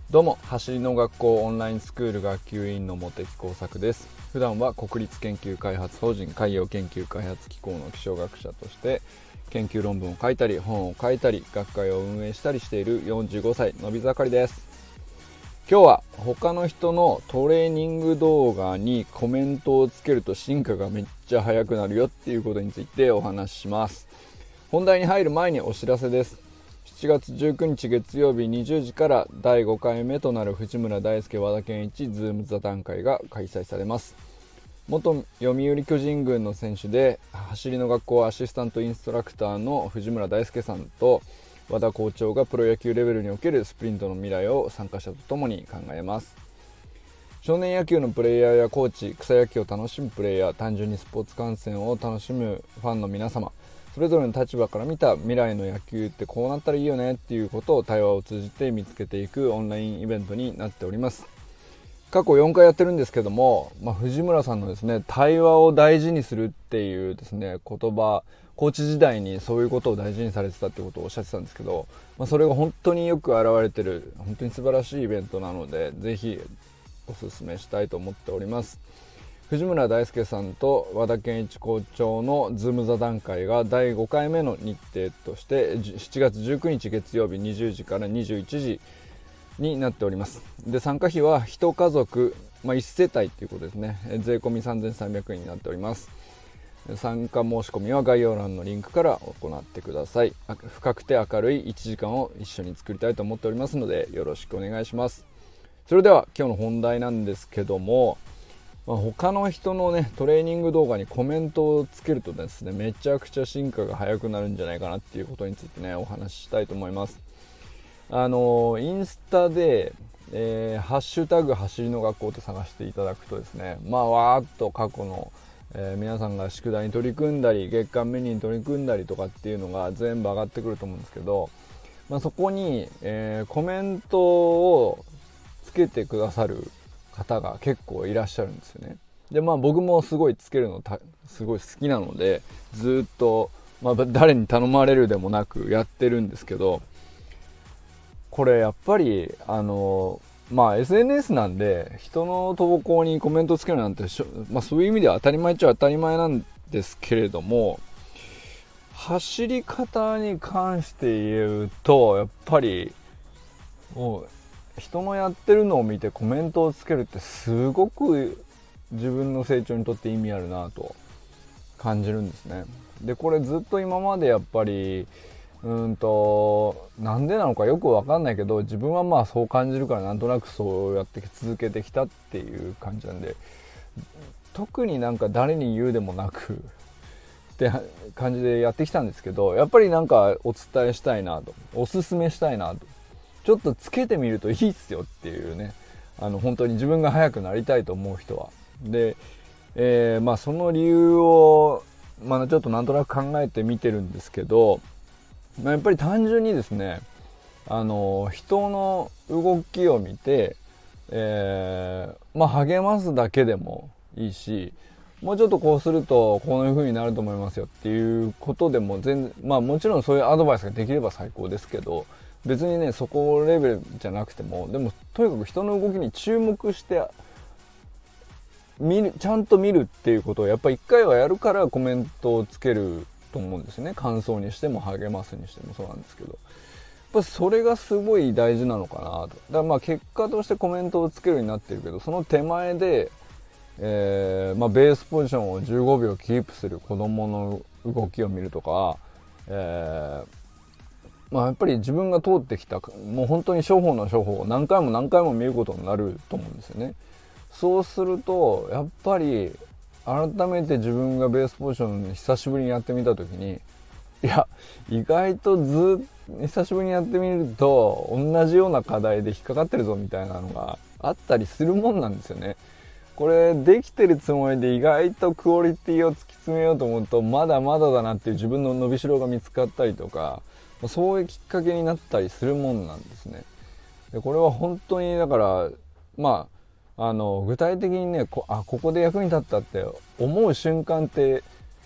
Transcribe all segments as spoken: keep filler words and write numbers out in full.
どうも、走りの学校オンラインスクール学級委員の茂木耕作です。普段は国立研究開発法人海洋研究開発機構の気象学者として研究論文を書いたり本を書いたり学会を運営したりしているよんじゅうごさいのび盛りです。今日は他の人のトレーニング動画にコメントをつけると進化がめっちゃ速くなるよっていうことについてお話しします。本題に入る前にお知らせです。しちがつじゅうくにち月曜日にじゅうじからだいごかいめとなる藤村大輔和田健一ズーム座談会が開催されます。元読売巨人軍の選手で走りの学校アシスタントインストラクターの藤村大輔さんと和田校長がプロ野球レベルにおけるスプリントの未来を参加者とともに考えます。少年野球のプレイヤーやコーチ、草野球を楽しむプレイヤー、単純にスポーツ観戦を楽しむファンの皆様、それぞれの立場から見た未来の野球ってこうなったらいいよねっていうことを対話を通じて見つけていくオンラインイベントになっております。過去よんかいやってるんですけども、まあ、藤村さんのですね、対話を大事にするっていうですね、言葉、コーチ時代にそういうことを大事にされてたってことをおっしゃってたんですけど、まあ、それが本当によく表れてる本当に素晴らしいイベントなので、ぜひお勧めしたいと思っております。藤村大輔さんと和田健一校長のズーム座談会がだいごかいめの日程としてしちがつじゅうくにち月曜日にじゅうじからにじゅういちじになっております。で、参加費は一家族、まあ、いちせたいということですね。税込みさんぜんさんびゃくえんになっております。参加申し込みは概要欄のリンクから行ってください。深くて明るいいちじかんを一緒に作りたいと思っておりますのでよろしくお願いします。それでは今日の本題なんですけども、まあ、他の人のねトレーニング動画にコメントをつけるとですね、めちゃくちゃ進化が早くなるんじゃないかなっていうことについてねお話ししたいと思います。あのインスタで、えー、ハッシュタグ走りの学校と探していただくとですね、まあわーっと過去の、えー、皆さんが宿題に取り組んだり月間メニューに取り組んだりとかっていうのが全部上がってくると思うんですけど、まあ、そこに、えー、コメントをつけてくださる方が結構いらっしゃるんですよね。で、まあ僕もすごいつけるのたすごい好きなのでずっと、まあ、誰に頼まれるでもなくやってるんですけど、これやっぱりあのまあ エスエヌエス なんで人の投稿にコメントつけるなんて、まあ、そういう意味では当たり前っちゃ当たり前なんですけれども、走り方に関して言うとやっぱりもう人のやってるのを見てコメントをつけるってすごく自分の成長にとって意味あるなと感じるんですね。で、これずっと今までやっぱりうんとなんでなのかよくわかんないけど、自分はまあそう感じるからなんとなくそうやって続けてきたっていう感じなんで、特になんか誰に言うでもなくって感じでやってきたんですけど、やっぱりなんかお伝えしたいなと、おすすめしたいなと、ちょっとつけてみるといいっすよっていうね、あの本当に自分が速くなりたいと思う人はで、えー、まあその理由をまだちょっとなんとなく考えてみてるんですけど、まあ、やっぱり単純にですね、あの人の動きを見て、えー、まあ励ますだけでもいいし、もうちょっとこうするとこういう風になると思いますよっていうことでも全然、まあもちろんそういうアドバイスができれば最高ですけど、別にねそこレベルじゃなくても、でもとにかく人の動きに注目して見る、ちゃんと見るっていうことをやっぱり一回はやるからコメントをつけると思うんですね。感想にしても励ますにしてもそうなんですけど、やっぱそれがすごい大事なのかなと。だからまあ結果としてコメントをつけるようになってるけど、その手前で、えーまあ、ベースポジションをじゅうごびょうキープする子供の動きを見るとか、えーまあ、やっぱり自分が通ってきたもう本当に処方の処方を何回も何回も見ることになると思うんですよね。そうするとやっぱり改めて自分がベースポジション久しぶりにやってみた時に、いや意外とずっ久しぶりにやってみると同じような課題で引っかかってるぞみたいなのがあったりするもんなんですよね。これできてるつもりで意外とクオリティを突き詰めようと思うとまだまだだなっていう自分の伸びしろが見つかったりとか、そういうきっかけになったりするもんなんですね。でこれは本当にだからまああの具体的にね こ, あここで役に立ったって思う瞬間って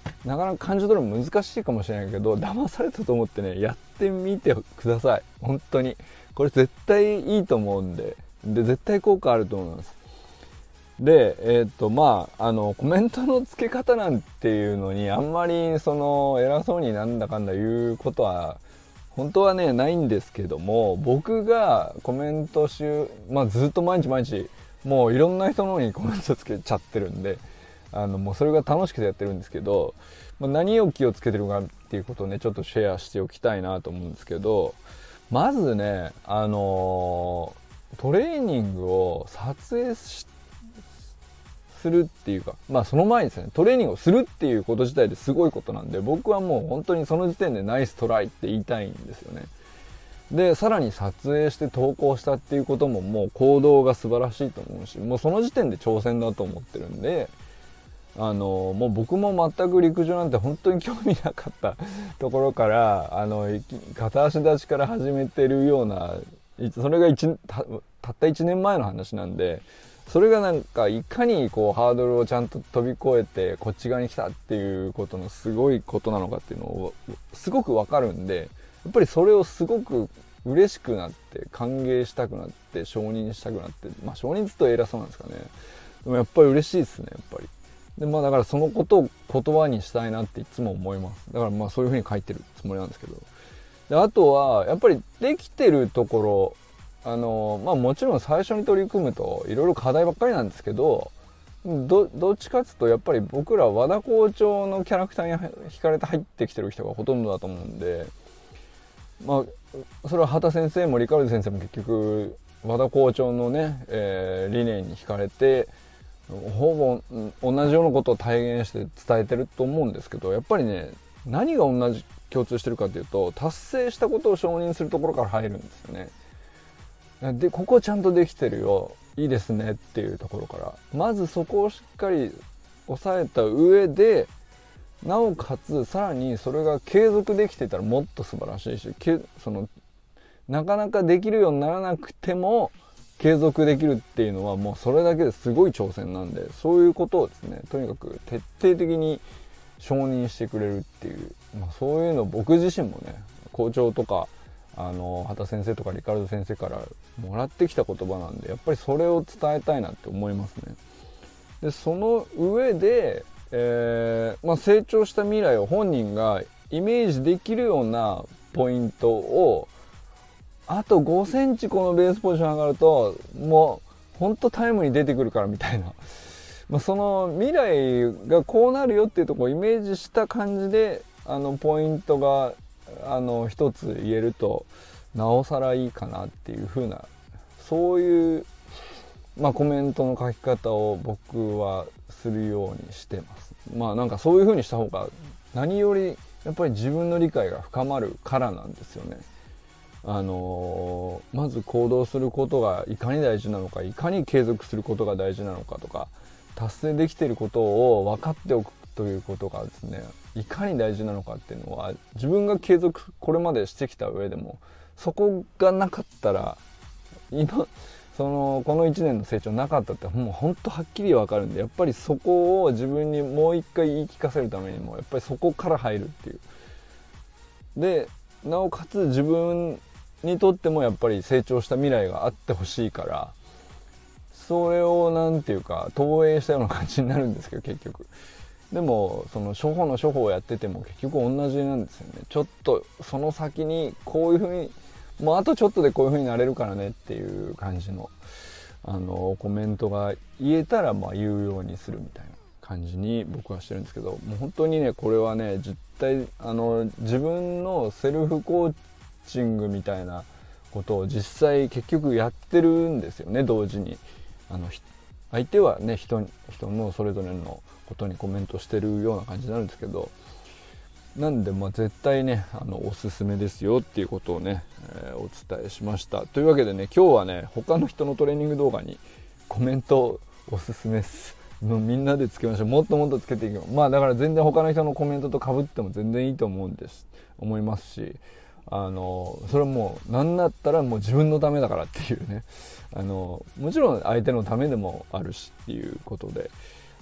なかなか感情取るの難しいかもしれないけど、騙されたと思ってねやってみてください。本当にこれ絶対いいと思うんで、で絶対効果あると思います。でえっ、ー、とまああのコメントの付け方なんていうのにあんまりその偉そうになんだかんだ言うことは本当はねないんですけども、僕がコメント集、まあ、ずっと毎日毎日もういろんな人の方にコメントつけちゃってるんで、あのもうそれが楽しくてやってるんですけど、まあ、何を気をつけてるかっていうことをねちょっとシェアしておきたいなと思うんですけど、まずねあのー、トレーニングを撮影しするっていうか、まあその前にですねトレーニングをするっていうこと自体ですごいことなんで、僕はもう本当にその時点でナイストライって言いたいんですよね。でさらに撮影して投稿したっていうことももう行動が素晴らしいと思うし、もうその時点で挑戦だと思ってるんで、あのもう僕も全く陸上なんて本当に興味なかったところからあの片足立ちから始めてるような、それが 1, た, たったいちねんまえの話なんで、それがなんかいかにこうハードルをちゃんと飛び越えてこっち側に来たっていうことのすごいことなのかっていうのをすごくわかるんで、やっぱりそれをすごく嬉しくなって歓迎したくなって承認したくなって、まあ承認ずっと偉そうなんですかね。でもやっぱり嬉しいですね、やっぱり。でまあだからそのことを言葉にしたいなっていつも思います。だからまあそういうふうに書いてるつもりなんですけど、であとはやっぱりできてるところ、あのまあもちろん最初に取り組むといろいろ課題ばっかりなんですけど、ど, どっちかっていうとやっぱり僕ら和田校長のキャラクターに惹かれて入ってきてる人がほとんどだと思うんで、まあそれは畑先生もリカルド先生も結局和田校長のね、えー、理念に惹かれてほぼ同じようなことを体現して伝えてると思うんですけど、やっぱりね何が同じ共通してるかというと、達成したことを承認するところから入るんですよね。でここちゃんとできてるよ、いいですねっていうところからまずそこをしっかり抑えた上で、なおかつさらにそれが継続できていたらもっと素晴らしいし、そのなかなかできるようにならなくても継続できるっていうのはもうそれだけですごい挑戦なんで、そういうことをですねとにかく徹底的に承認してくれるっていう、まあ、そういうのを僕自身もね校長とかあの畑先生とかリカルド先生からもらってきた言葉なんで、やっぱりそれを伝えたいなって思いますね。でその上で、えーまあ、成長した未来を本人がイメージできるようなポイントをあとごセンチこのベースポジション上がるともうほんとタイムに出てくるからみたいな、まあ、その未来がこうなるよっていうところをイメージした感じであのポイントがあの一つ言えるとなおさらいいかなっていう風な、そういう、まあ、コメントの書き方を僕はするようにしてます。まあなんかそういう風にした方が何よりやっぱり自分の理解が深まるからなんですよね。あのー、まず行動することがいかに大事なのか、いかに継続することが大事なのかとか、達成できていることを分かっておくということがですねいかに大事なのかっていうのは自分が継続これまでしてきた上でもそこがなかったら今そのこのいちねんの成長なかったってもうほんとはっきり分かるんで、やっぱりそこを自分にもう一回言い聞かせるためにもやっぱりそこから入るっていうで、なおかつ自分にとってもやっぱり成長した未来があってほしいから、それをなんていうか投影したような感じになるんですけど、結局でもその処方の処方をやってても結局同じなんですよね。ちょっとその先にこういう風にもうあとちょっとでこういう風になれるからねっていう感じのあのコメントが言えたらまあ言うようにするみたいな感じに僕はしてるんですけど、もう本当にねこれはね実態あの自分のセルフコーチングみたいなことを実際結局やってるんですよね。同時にあの相手はね 人, 人のそれぞれのことにコメントしてるような感じになるんですけど、なんでまあ絶対ねあのおすすめですよっていうことをね、えー、お伝えしました。というわけでね今日はね他の人のトレーニング動画にコメントおすすめです。もうみんなでつけましょう。もっともっとつけていきます。まあだから全然他の人のコメントと被っても全然いいと思うんです思いますし、あのそれはもう何だったらもう自分のためだからっていうね、あのもちろん相手のためでもあるしっていうことで、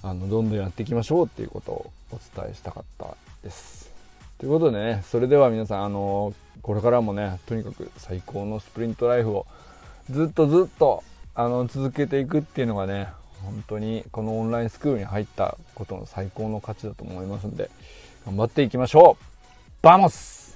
あのどんどんやっていきましょうっていうことをお伝えしたかったです。ということでね、それでは皆さん、あのこれからもね、とにかく最高のスプリントライフをずっとずっとあの続けていくっていうのがね、本当にこのオンラインスクールに入ったことの最高の価値だと思いますんで、頑張っていきましょう。バモス。